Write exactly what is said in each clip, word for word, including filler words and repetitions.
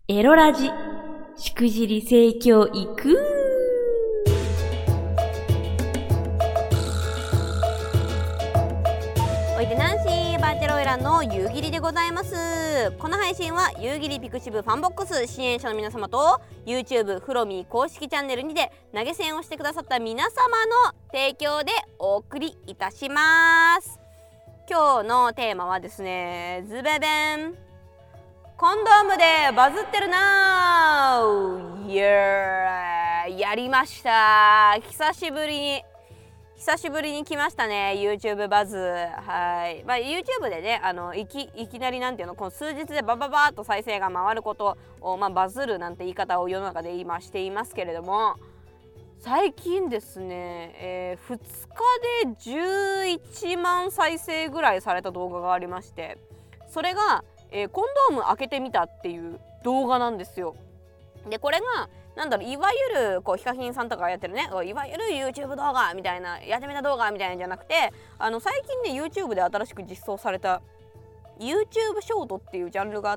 エロラジ、しくじり性教育。おいでナンシーバーチャルオイランの夕霧でございます。この配信は夕霧ピクシブファンボックス支援者の皆様と YouTube フロミー公式チャンネルにて投げ銭をしてくださった皆様の提供でお送りいたします。今日のテーマはですね、ズベベンコンドームでバズってるなー、イエーイ、やりました。久しぶりに久しぶりに来ましたね、 YouTube バズ。はい、まあ、YouTube でね、あのいきいきなりなんていうの、この数日でバババーっと再生が回ることを、まあ、バズるなんて言い方を世の中で今していますけれども、最近ですね、えー、ふつかでじゅういちまん再生ぐらいされた動画がありまして、それがえー、コンドーム開けてみたっていう動画なんですよ。でこれがなんだろう、いわゆるこうヒカキンさんとかがやってるね、いわゆる YouTube 動画みたいな、やってみた動画みたいなんじゃなくて、あの最近ね YouTube で新しく実装された YouTube ショートっていうジャンルがあって、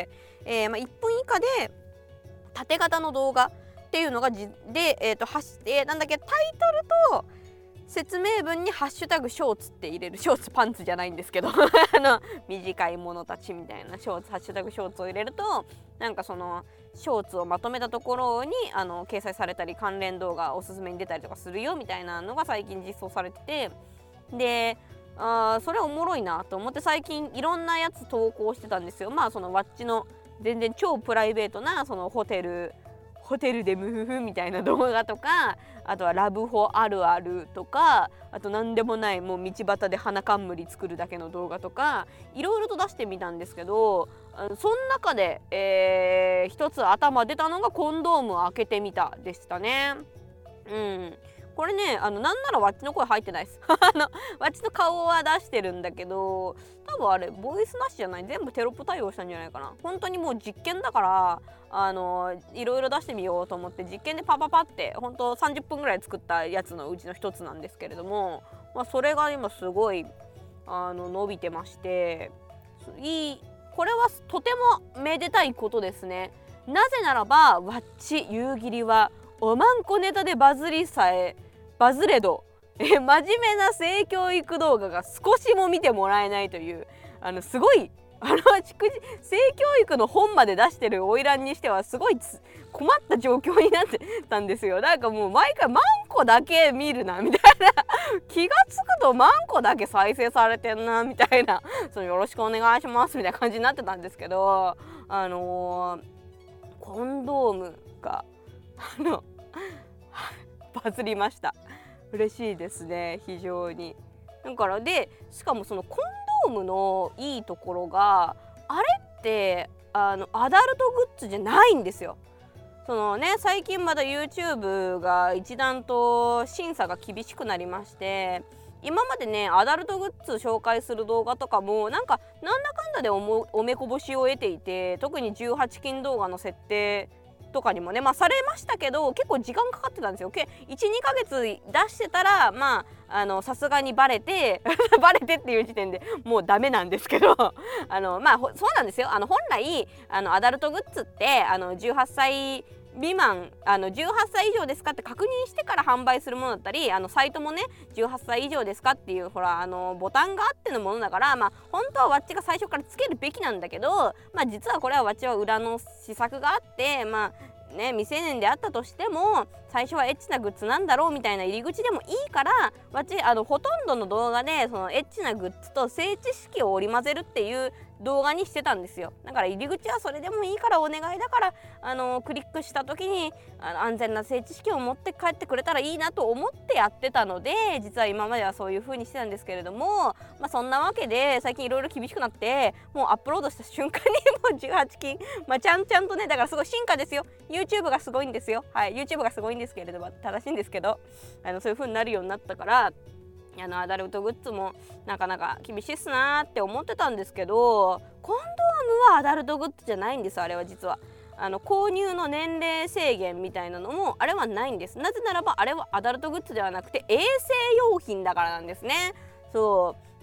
えーまあ、いっぷん以下で縦型の動画っていうのがじで、えーとはしえー、なんだっけ、タイトルと説明文にハッシュタグショーツって入れる、ショーツパンツじゃないんですけどあの短いものたちみたいなショーツ、ハッシュタグショーツを入れると、なんかそのショーツをまとめたところにあの掲載されたり、関連動画おすすめに出たりとかするよみたいなのが最近実装されてて、であそれおもろいなと思って最近いろんなやつ投稿してたんですよ。まあそのワッチの全然超プライベートなそのホテルホテルでムフフみたいな動画とか、あとはラブホあるあるとか、あと何でもないもう道端で花冠作るだけの動画とか、いろいろと出してみたんですけど、その中で、えー、一つ頭出たのがコンドームを開けてみたでしたね。うん、これね、あのなんならワッチの声入ってないですあのワッチの顔は出してるんだけど、多分あれボイスなしじゃない、全部テロップ対応したんじゃないかな。本当にもう実験だから、あのいろいろ出してみようと思って実験でパパパって本当さんじゅっぷんぐらい作ったやつのうちの一つなんですけれども、まあ、それが今すごいあの伸びてまして、いい、これはとてもめでたいことですね。なぜならばワッチ夕霧はおまんこネタでバズりさえバズれどえ真面目な性教育動画が少しも見てもらえないという、あのすごいあの性教育の本まで出してる花魁にしてはすごい困った状況になってたんですよ。なんかもう毎回マンコだけ見るなみたいな気がつくとマンコだけ再生されてんなみたいな、そのよろしくお願いしますみたいな感じになってたんですけど、あのー、コンドームがあのバズりました。嬉しいですね、非常に。だからでしかもそのコンドームのいいところが、あれってあのアダルトグッズじゃないんですよ。そのね、最近まだ YouTube が一段と審査が厳しくなりまして、今までねアダルトグッズ紹介する動画とかもなんかなんだかんだで お, もおめこぼしを得ていて、特にじゅうはち禁動画の設定とかにもね、まあ、されましたけど結構時間かかってたんですよ。いち、にかげつ出してたらまああのさすがにバレてバレてっていう時点でもうダメなんですけどあのまあそうなんですよ。あの本来あのアダルトグッズってあのじゅうはっさい未満、あのじゅうはっさい以上ですかって確認してから販売するものだったり、あのサイトもねじゅうはっさい以上ですかっていうほらあのボタンがあってのものだから、まあ本当はワッチが最初からつけるべきなんだけど、まあ実はこれはワッチは裏の施策があって、まあね未成年であったとしても最初はエッチなグッズなんだろうみたいな入り口でもいいから、ワッチあのほとんどの動画でそのエッチなグッズと性知識を織り交ぜるっていう動画にしてたんですよ。だから入り口はそれでもいいからお願いだから、あのクリックした時にあの安全な性知識を持って帰ってくれたらいいなと思ってやってたので、実は今まではそういう風にしてたんですけれども、まあそんなわけで最近いろいろ厳しくなって、もうアップロードした瞬間にもうじゅうはち禁、まあちゃんちゃんとね、だからすごい進化ですよ。 YouTube がすごいんですよ。はい、 YouTube がすごいんですけれども、正しいんですけど、あのそういう風になるようになったから、あのアダルトグッズもなかなか厳しいっすなーって思ってたんですけど、コンドームはアダルトグッズじゃないんです。あれは実はあの購入の年齢制限みたいなのもあれはないんです。なぜならばあれはアダルトグッズではなくて衛生用品だからなんですね。そう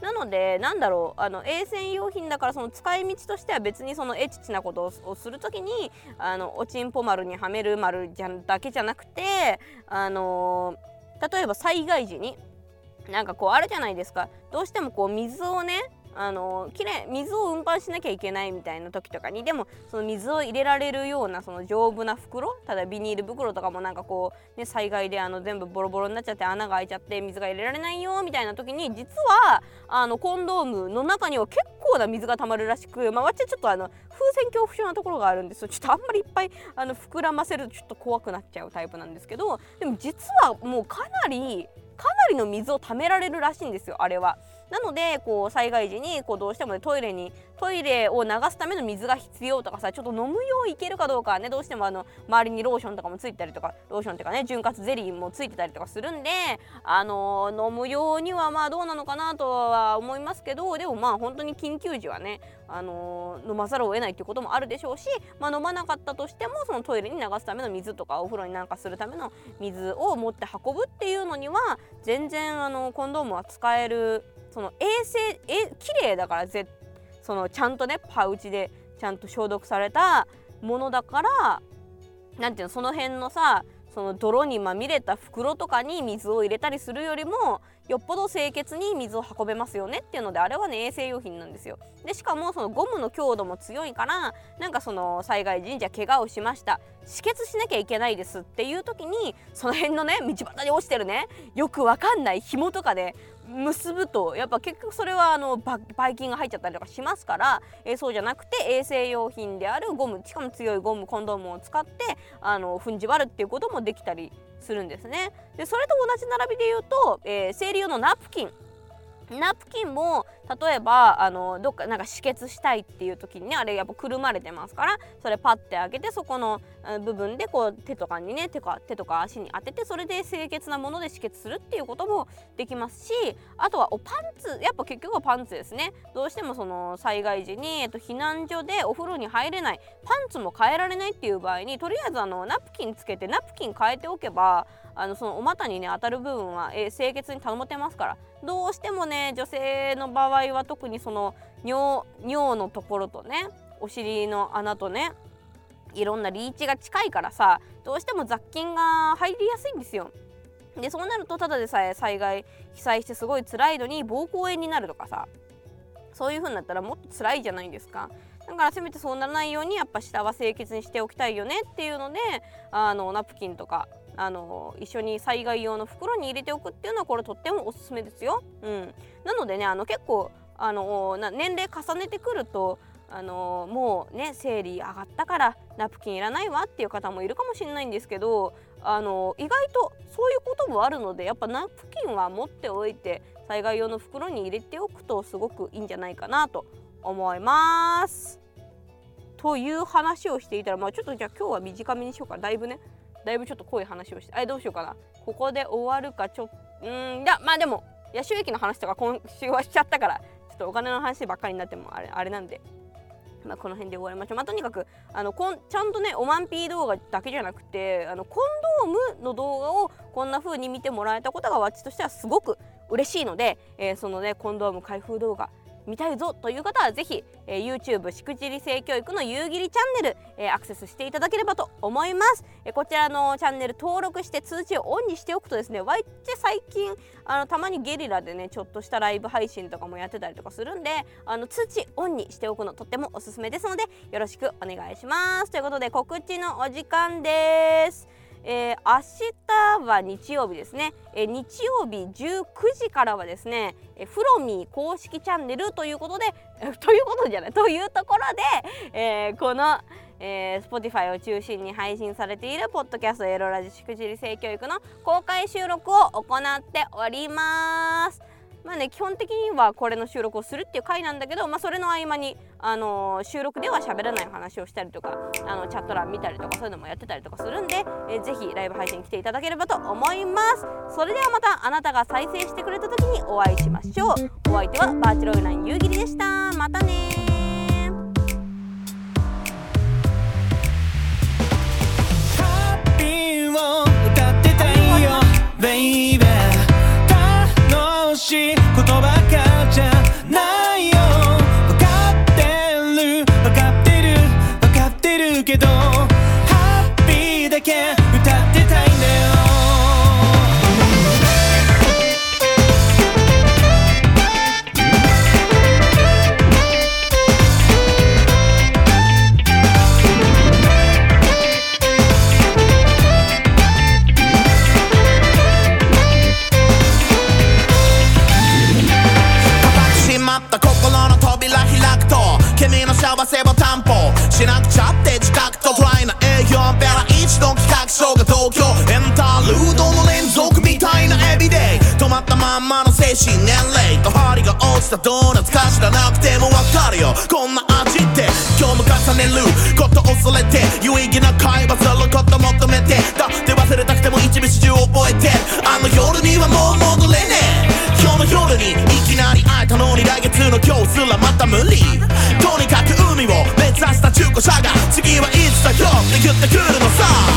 なのでなんだろうあの衛生用品だから、その使い道としては別にそのエチチなことをするときにあのおちんぽ丸にはめる丸じゃだけじゃなくて、あのー、例えば災害時になんかこうあるじゃないですか、どうしてもこう水をねあのきれい水を運搬しなきゃいけないみたいな時とかに、でもその水を入れられるようなその丈夫な袋、ただビニール袋とかもなんかこう、ね、災害であの全部ボロボロになっちゃって穴が開いちゃって水が入れられないよみたいな時に、実はあのコンドームの中には結構な水が溜まるらしく、まあ、私はちょっとあの風船恐怖症なところがあるんですよ。ちょっとあんまりいっぱいあの膨らませるとちょっと怖くなっちゃうタイプなんですけど、でも実はもうかなりかなりの水を溜められるらしいんですよ、あれは。なのでこう災害時にこうどうしても、ね、トイレにトイレを流すための水が必要とかさ、ちょっと飲むよういけるかどうかはね、どうしてもあの周りにローションとかもついてたりとか、ローションっていうかね潤滑ゼリーもついてたりとかするんで、あのー、飲むようにはまあどうなのかなとは思いますけど、でもまあ本当に緊急時はね、あのー、飲まざるを得ないっていうこともあるでしょうし、まあ、飲まなかったとしてもそのトイレに流すための水とかお風呂になんかするための水を持って運ぶっていうのには全然あのコンドームは使える。その衛生え綺麗だからぜそのちゃんとねパウチでちゃんと消毒されたものだから、なんていうの、その辺のさその泥にまみれた袋とかに水を入れたりするよりもよっぽど清潔に水を運べますよねっていうので、あれはね衛生用品なんですよ。でしかもそのゴムの強度も強いから、なんかその災害時にじゃあ怪我をしました、止血しなきゃいけないですっていう時に、その辺のね道端に落ちてるねよくわかんない紐とかで結ぶとやっぱ結局それはあのばい菌が入っちゃったりとかしますから、えー、そうじゃなくて衛生用品であるゴム、しかも強いゴムコンドームを使ってあの踏んじ割るっていうこともできたりするんですね。でそれと同じ並びで言うと、えー、生理用のナプキンナプキンも例えばあのどっかなんか止血したいっていう時にね、あれやっぱくるまれてますから、それパッて開けてそこの部分でこう手とかにね手か手とか足に当てて、それで清潔なもので止血するっていうこともできますし、あとはおパンツ、やっぱ結局はパンツですね。どうしてもその災害時に、えっと、避難所でお風呂に入れない、パンツも変えられないっていう場合に、とりあえずあのナプキンつけてナプキン変えておけば、あのそのお股にね当たる部分は、えー、清潔に保てますから。どうしてもね女性の場合は特にその 尿, 尿のところとねお尻の穴とねいろんなリーチが近いからさ、どうしても雑菌が入りやすいんですよ。でそうなるとただでさえ災害被災してすごい辛いのに膀胱炎になるとかさ、そういう風になったらもっと辛いじゃないですか。だからせめてそうならないようにやっぱ下は清潔にしておきたいよねっていうので、あのナプキンとかあの一緒に災害用の袋に入れておくっていうのはこれとってもおすすめですよ。うん、なのでねあの結構あのな年齢重ねてくるとあのもうね生理上がったからナプキンいらないわっていう方もいるかもしれないんですけど、あの意外とそういうこともあるので、やっぱナプキンは持っておいて災害用の袋に入れておくとすごくいいんじゃないかなと思います。という話をしていたら、まあ、ちょっとじゃあ今日は短めにしようか。だいぶねだいぶちょっと濃い話をして、あれどうしようかな、ここで終わるか、ちょっうーんいやまあでも野収益の話とか今週はしちゃったから、ちょっとお金の話ばっかりになってもあれあれなんで、まあ、この辺で終わりましょう。まあ、とにかくあのこんちゃんとねおまんぴー動画だけじゃなくて、あのコンドームの動画をこんな風に見てもらえたことが私としてはすごく嬉しいので、えー、そのねコンドーム開封動画見たいぞという方はぜひ、えー、YouTube しくじり性教育の夕霧チャンネル、えー、アクセスしていただければと思います。えー、こちらのチャンネル登録して通知をオンにしておくとですね、わいっち最近あのたまにゲリラでねちょっとしたライブ配信とかもやってたりとかするんで、あの通知オンにしておくのとってもおすすめですのでよろしくお願いします。ということで告知のお時間です。えー、明日は日曜日ですね、えー、日曜日じゅうくじからはですね、えー、フロミー公式チャンネルということで、えー、ということじゃないというところで、えー、この、えー、Spotify を中心に配信されているポッドキャストエロラジしくじり性教育の公開収録を行っております。まあね、基本的にはこれの収録をするっていう回なんだけど、まあ、それの合間に、あのー、収録では喋らない話をしたりとか、あのチャット欄見たりとかそういうのもやってたりとかするんで、えー、ぜひライブ配信に来ていただければと思います。それではまたあなたが再生してくれた時にお会いしましょう。お相手はバーチャルオイラン夕霧でした。またねー。ハッピーを歌ってたいよベイベー、楽しいことばかじゃだけ歌ってたいんだよ君の幸せを担保しなくちゃって自覚とドライな営業ベラ一度企画書が東京エンタールードの連続みたいなエビデイ止まったまんまの精神年齢と針が落ちたドーナツか知らなくてもわかるよこんな味って今日も重ねること恐れて有意義な会話すること求めてだって忘れたくても一部始終覚えてあの夜にはもう戻れねえ今日の夜にいきなり会えたのに来月の今日すらまた無理とにかく海を目指した中古車が次はいつだよって言ってくるのさ